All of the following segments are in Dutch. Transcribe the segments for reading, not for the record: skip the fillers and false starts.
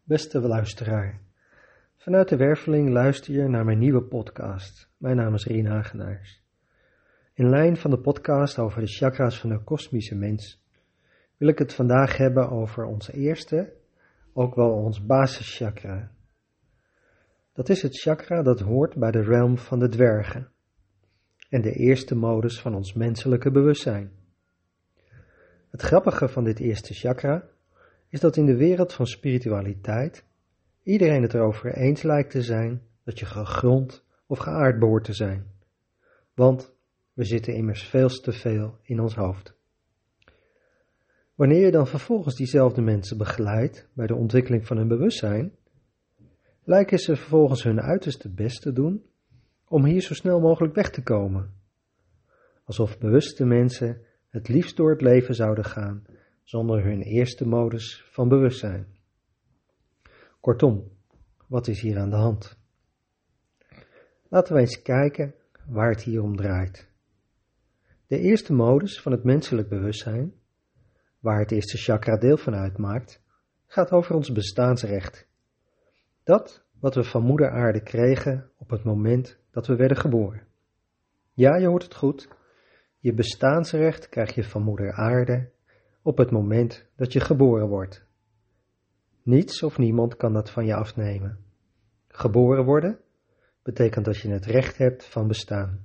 Beste luisteraar, vanuit de Werveling luister je naar mijn nieuwe podcast. Mijn naam is Rien Hagenaars. In lijn van de podcast over de chakra's van de kosmische mens wil ik het vandaag hebben over ons eerste, ook wel ons basischakra. Dat is het chakra dat hoort bij de realm van de dwergen en de eerste modus van ons menselijke bewustzijn. Het grappige van dit eerste chakra is dat in de wereld van spiritualiteit iedereen het erover eens lijkt te zijn dat je gegrond of geaard behoort te zijn. Want we zitten immers veel te veel in ons hoofd. Wanneer je dan vervolgens diezelfde mensen begeleidt bij de ontwikkeling van hun bewustzijn, lijken ze vervolgens hun uiterste best te doen om hier zo snel mogelijk weg te komen. Alsof bewuste mensen het liefst door het leven zouden gaan zonder hun eerste modus van bewustzijn. Kortom, wat is hier aan de hand? Laten we eens kijken waar het hier om draait. De eerste modus van het menselijk bewustzijn, waar het eerste chakra deel van uitmaakt, gaat over ons bestaansrecht. Dat wat we van moeder aarde kregen op het moment dat we werden geboren. Ja, je hoort het goed. Je bestaansrecht krijg je van moeder aarde op het moment dat je geboren wordt. Niets of niemand kan dat van je afnemen. Geboren worden betekent dat je het recht hebt van bestaan.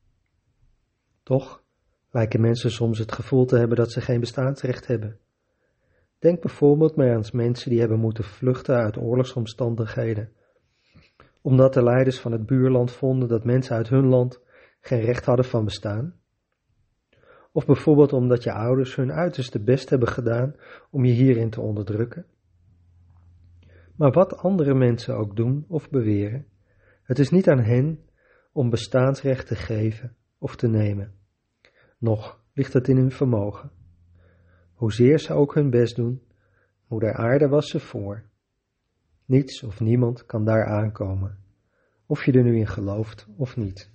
Toch lijken mensen soms het gevoel te hebben dat ze geen bestaansrecht hebben. Denk bijvoorbeeld maar aan mensen die hebben moeten vluchten uit oorlogsomstandigheden, omdat de leiders van het buurland vonden dat mensen uit hun land geen recht hadden van bestaan. Of bijvoorbeeld omdat je ouders hun uiterste best hebben gedaan om je hierin te onderdrukken. Maar wat andere mensen ook doen of beweren, het is niet aan hen om bestaansrecht te geven of te nemen. Nog ligt het in hun vermogen. Hoezeer ze ook hun best doen, moeder aarde was ze voor. Niets of niemand kan daar aankomen, of je er nu in gelooft of niet.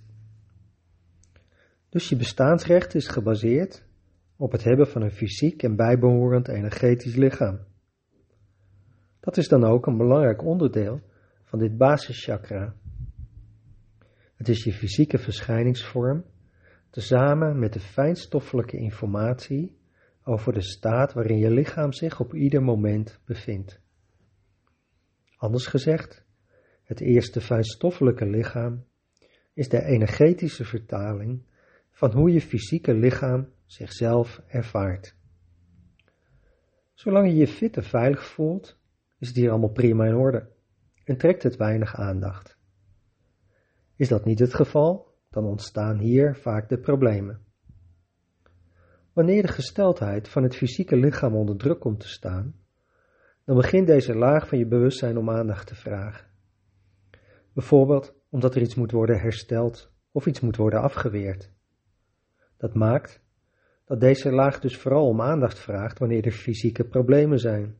Dus je bestaansrecht is gebaseerd op het hebben van een fysiek en bijbehorend energetisch lichaam. Dat is dan ook een belangrijk onderdeel van dit basischakra. Het is je fysieke verschijningsvorm, tezamen met de fijnstoffelijke informatie over de staat waarin je lichaam zich op ieder moment bevindt. Anders gezegd, het eerste fijnstoffelijke lichaam is de energetische vertaling van hoe je fysieke lichaam zichzelf ervaart. Zolang je je fit en veilig voelt, is het hier allemaal prima in orde en trekt het weinig aandacht. Is dat niet het geval, dan ontstaan hier vaak de problemen. Wanneer de gesteldheid van het fysieke lichaam onder druk komt te staan, dan begint deze laag van je bewustzijn om aandacht te vragen. Bijvoorbeeld omdat er iets moet worden hersteld of iets moet worden afgeweerd. Dat maakt dat deze laag dus vooral om aandacht vraagt wanneer er fysieke problemen zijn.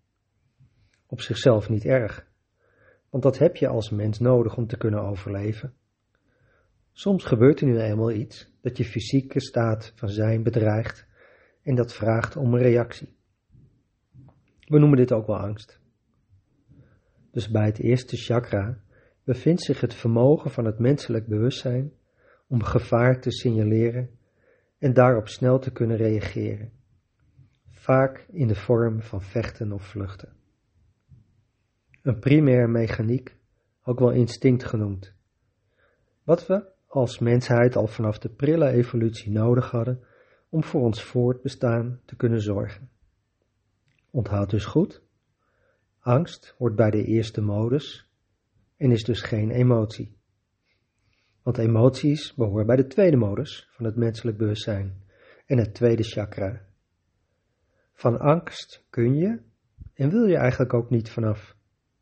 Op zichzelf niet erg, want dat heb je als mens nodig om te kunnen overleven. Soms gebeurt er nu eenmaal iets dat je fysieke staat van zijn bedreigt en dat vraagt om een reactie. We noemen dit ook wel angst. Dus bij het eerste chakra bevindt zich het vermogen van het menselijk bewustzijn om gevaar te signaleren en daarop snel te kunnen reageren, vaak in de vorm van vechten of vluchten. Een primaire mechaniek, ook wel instinct genoemd, wat we als mensheid al vanaf de prille evolutie nodig hadden om voor ons voortbestaan te kunnen zorgen. Onthoud dus goed, angst hoort bij de eerste modus en is dus geen emotie. Want emoties behoren bij de tweede modus van het menselijk bewustzijn en het tweede chakra. Van angst kun je en wil je eigenlijk ook niet vanaf.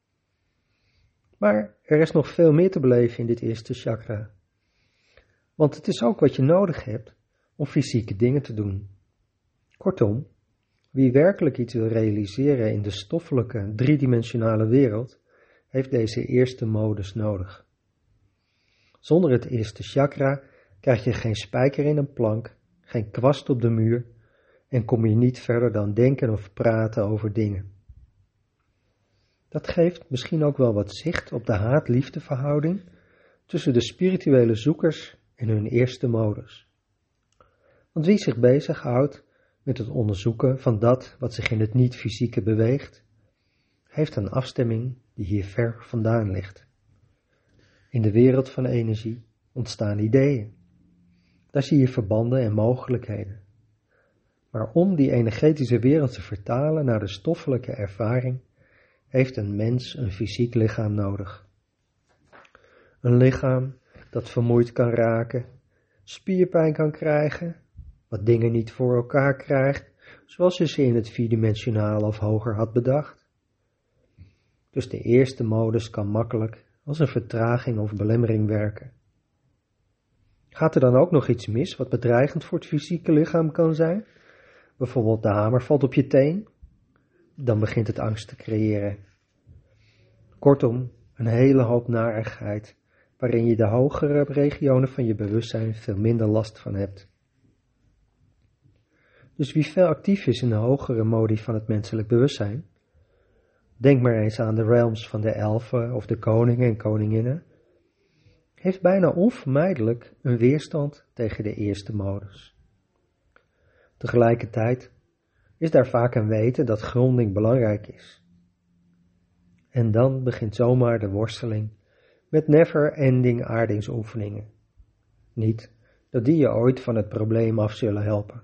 Maar er is nog veel meer te beleven in dit eerste chakra. Want het is ook wat je nodig hebt om fysieke dingen te doen. Kortom, wie werkelijk iets wil realiseren in de stoffelijke, driedimensionale wereld, heeft deze eerste modus nodig. Zonder het eerste chakra krijg je geen spijker in een plank, geen kwast op de muur en kom je niet verder dan denken of praten over dingen. Dat geeft misschien ook wel wat zicht op de haat-liefde verhouding tussen de spirituele zoekers en hun eerste modus. Want wie zich bezighoudt met het onderzoeken van dat wat zich in het niet-fysieke beweegt, heeft een afstemming die hier ver vandaan ligt. In de wereld van energie ontstaan ideeën. Daar zie je verbanden en mogelijkheden. Maar om die energetische wereld te vertalen naar de stoffelijke ervaring, heeft een mens een fysiek lichaam nodig. Een lichaam dat vermoeid kan raken, spierpijn kan krijgen, wat dingen niet voor elkaar krijgt, zoals je ze in het vierdimensionale of hoger had bedacht. Dus de eerste modus kan makkelijk als een vertraging of belemmering werken. Gaat er dan ook nog iets mis wat bedreigend voor het fysieke lichaam kan zijn? Bijvoorbeeld de hamer valt op je teen? Dan begint het angst te creëren. Kortom, een hele hoop narigheid, waarin je de hogere regionen van je bewustzijn veel minder last van hebt. Dus wie veel actief is in de hogere modi van het menselijk bewustzijn, denk maar eens aan de realms van de elfen of de koningen en koninginnen, heeft bijna onvermijdelijk een weerstand tegen de eerste modus. Tegelijkertijd is daar vaak een weten dat gronding belangrijk is. En dan begint zomaar de worsteling met never-ending aardingsoefeningen. Niet dat die je ooit van het probleem af zullen helpen.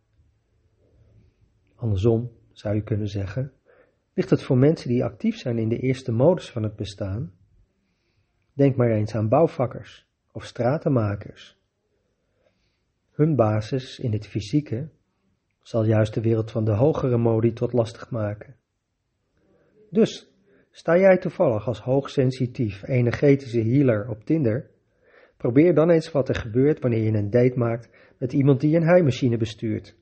Andersom zou je kunnen zeggen, ligt het voor mensen die actief zijn in de eerste modus van het bestaan. Denk maar eens aan bouwvakkers of stratenmakers. Hun basis in het fysieke zal juist de wereld van de hogere modi tot lastig maken. Dus, sta jij toevallig als hoogsensitief energetische healer op Tinder? Probeer dan eens wat er gebeurt wanneer je een date maakt met iemand die een heimachine bestuurt.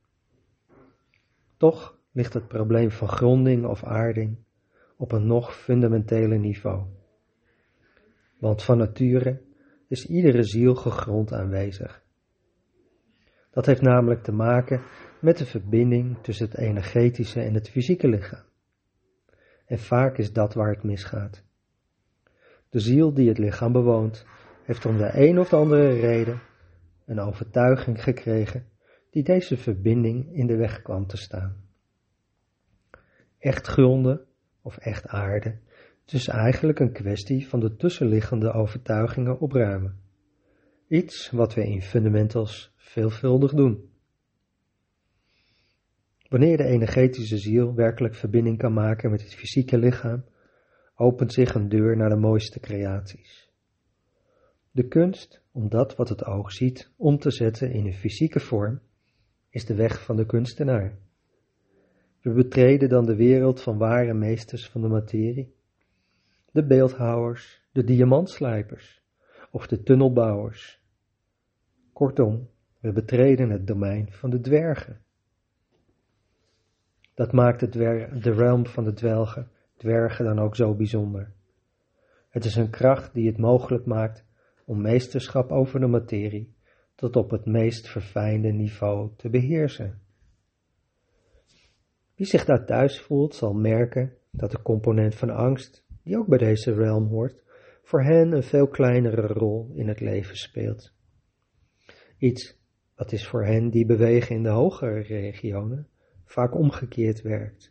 Toch ligt het probleem van gronding of aarding op een nog fundamenteler niveau. Want van nature is iedere ziel gegrond aanwezig. Dat heeft namelijk te maken met de verbinding tussen het energetische en het fysieke lichaam. En vaak is dat waar het misgaat. De ziel die het lichaam bewoont, heeft om de een of andere reden een overtuiging gekregen die deze verbinding in de weg kwam te staan. Echt gronden of echt aarde, het is eigenlijk een kwestie van de tussenliggende overtuigingen opruimen. Iets wat we in fundamentals veelvuldig doen. Wanneer de energetische ziel werkelijk verbinding kan maken met het fysieke lichaam, opent zich een deur naar de mooiste creaties. De kunst om dat wat het oog ziet om te zetten in een fysieke vorm, is de weg van de kunstenaar. We betreden dan de wereld van ware meesters van de materie, de beeldhouwers, de diamantslijpers of de tunnelbouwers. Kortom, we betreden het domein van de dwergen. Dat maakt de realm van de dwergen dan ook zo bijzonder. Het is een kracht die het mogelijk maakt om meesterschap over de materie tot op het meest verfijnde niveau te beheersen. Wie zich daar thuis voelt zal merken dat de component van angst, die ook bij deze realm hoort, voor hen een veel kleinere rol in het leven speelt. Iets wat is voor hen die bewegen in de hogere regionen vaak omgekeerd werkt.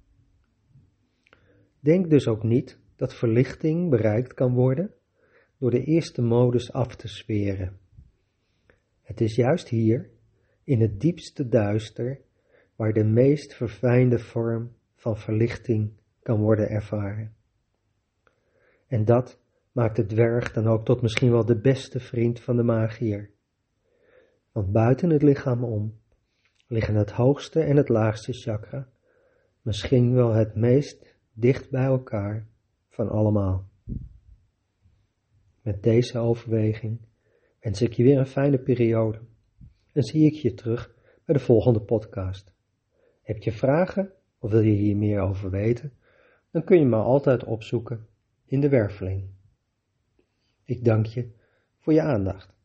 Denk dus ook niet dat verlichting bereikt kan worden door de eerste modus af te zweren. Het is juist hier, in het diepste duister, waar de meest verfijnde vorm van verlichting kan worden ervaren. En dat maakt de dwerg dan ook tot misschien wel de beste vriend van de magiër. Want buiten het lichaam om liggen het hoogste en het laagste chakra, misschien wel het meest dicht bij elkaar van allemaal. Met deze overweging wens ik je weer een fijne periode en zie ik je terug bij de volgende podcast. Heb je vragen of wil je hier meer over weten, dan kun je me altijd opzoeken in de Werveling. Ik dank je voor je aandacht.